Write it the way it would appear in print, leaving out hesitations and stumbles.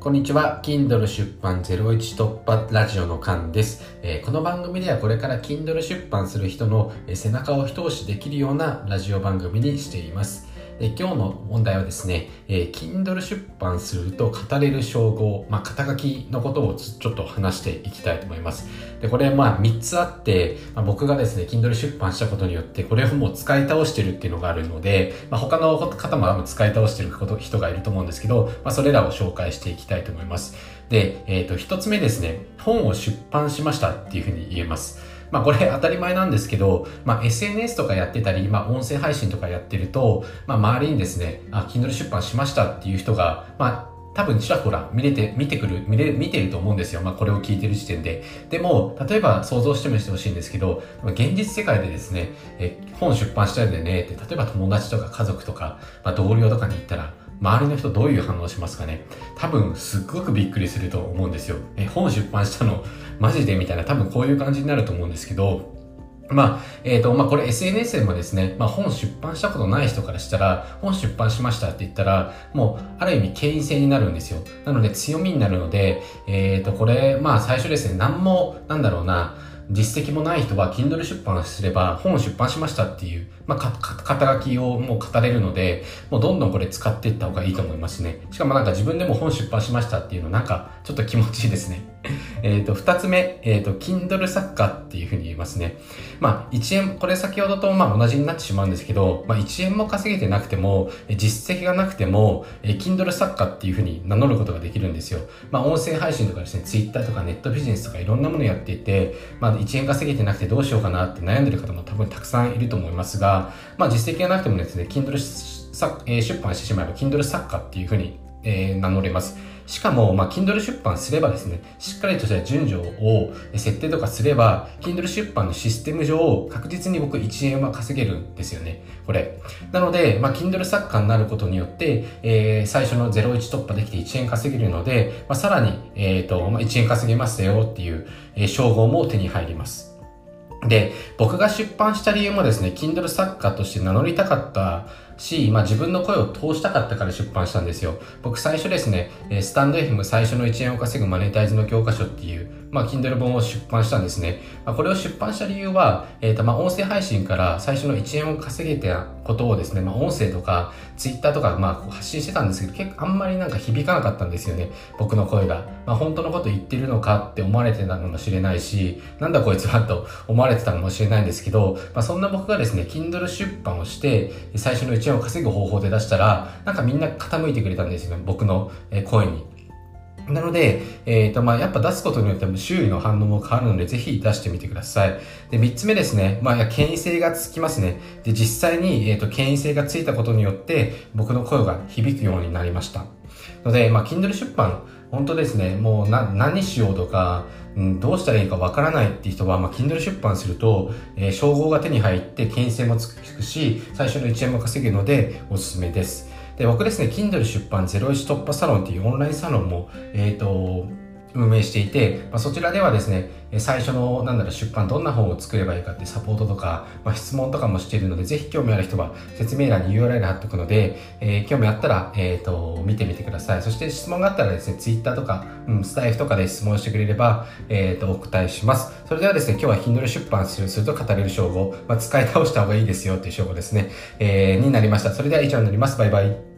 こんにちは。Kindle 出版01突破ラジオのカンです。この番組ではこれから Kindle 出版する人の背中を一押しできるようなラジオ番組にしています。今日の問題はですね、Kindle 出版すると語れる称号、肩書きのことをちょっと話していきたいと思います。で、これ3つあって、僕がですね、Kindle 出版したことによって、これをもう使い倒してるっていうのがあるので、他の方も使い倒してる人がいると思うんですけど、それらを紹介していきたいと思います。で、一つ目ですね、本を出版しましたっていうふうに言えます。これ当たり前なんですけど、SNS とかやってたり、音声配信とかやってると、周りにですね、Kindle 出版しましたっていう人が、多分ちらほら見てると思うんですよ。これを聞いてる時点で。でも、例えば想像してほしいんですけど、現実世界でですね、本出版したんだよねって、例えば友達とか家族とか、同僚とかに言ったら、周りの人どういう反応しますかね。多分すっごくびっくりすると思うんですよ。本出版したのマジでみたいな、多分こういう感じになると思うんですけど、これ SNS でもですね、本出版したことない人からしたら、本出版しましたって言ったら、もう、ある意味、権威性になるんですよ。なので、強みになるので、これ、最初ですね、実績もない人は Kindle 出版すれば本を出版しましたっていう、肩書きをもう語れるので、もうどんどんこれ使っていった方がいいと思いますね。しかも自分でも本出版しましたっていうのちょっと気持ちいいですね。二つ目、Kindle 作家っていうふうに言いますね。1円、これ先ほどと同じになってしまうんですけど、1円も稼げてなくても、実績がなくても、Kindle 作家っていうふうに名乗ることができるんですよ。音声配信とかですね、Twitter とかネットビジネスとかいろんなものやっていて、1円稼げてなくてどうしようかなって悩んでる方も多分たくさんいると思いますが、実績がなくてもですね、Kindle 出版してしまえば Kindle 作家っていうふうに、名乗れます。しかも、Kindle 出版すればですね、しっかりとした順序を設定とかすれば、Kindle 出版のシステム上、確実に僕1円は稼げるんですよね、これ。なので、Kindle 作家になることによって、最初の01突破できて1円稼げるので、さらに、1円稼げますよっていう、称号も手に入ります。で、僕が出版した理由もですね、Kindle 作家として名乗りたかったし、自分の声を通したかったから出版したんですよ。僕最初ですね、スタンド FM 最初の1円を稼ぐマネタイズの教科書っていう、Kindle 本を出版したんですね。これを出版した理由は、音声配信から最初の1円を稼げたことをですね、音声とか Twitter とか発信してたんですけど、結構あんまり響かなかったんですよね、僕の声が。本当のこと言ってるのかって思われてたのかもしれないし、なんだこいつはと思われてたかもしれないんですけど、そんな僕がですね、Kindle 出版をして、最初の1円を稼ぐ方法で出したら、みんな傾いてくれたんですよね、僕の声に。なので、やっぱ出すことによっても周囲の反応も変わるので、ぜひ出してみてください。で、3つ目ですね。権威性がつきますね。で、実際に、権威性がついたことによって、僕の声が響くようになりました。ので、Kindle 出版、本当ですね、もう何しようとか、どうしたらいいかわからないっていう人は、Kindle 出版すると、称号が手に入って権威性もつくし、最初の1円も稼げるので、おすすめです。で、僕ですね、Kindle 出版01突破サロンっていうオンラインサロンも、運営していて、そちらではですね、最初の出版どんな本を作ればいいかってサポートとか、質問とかもしているので、ぜひ興味ある人は説明欄に URL 貼っておくので、興味あったら、見てみてください。そして質問があったらですね、Twitter とか、スタイフとかで質問してくれれば、お答えします。それではですね、今日は Kindle 出版すると語れる称号、使い倒した方がいいですよっていう称号ですね、になりました。それでは以上になります。バイバイ。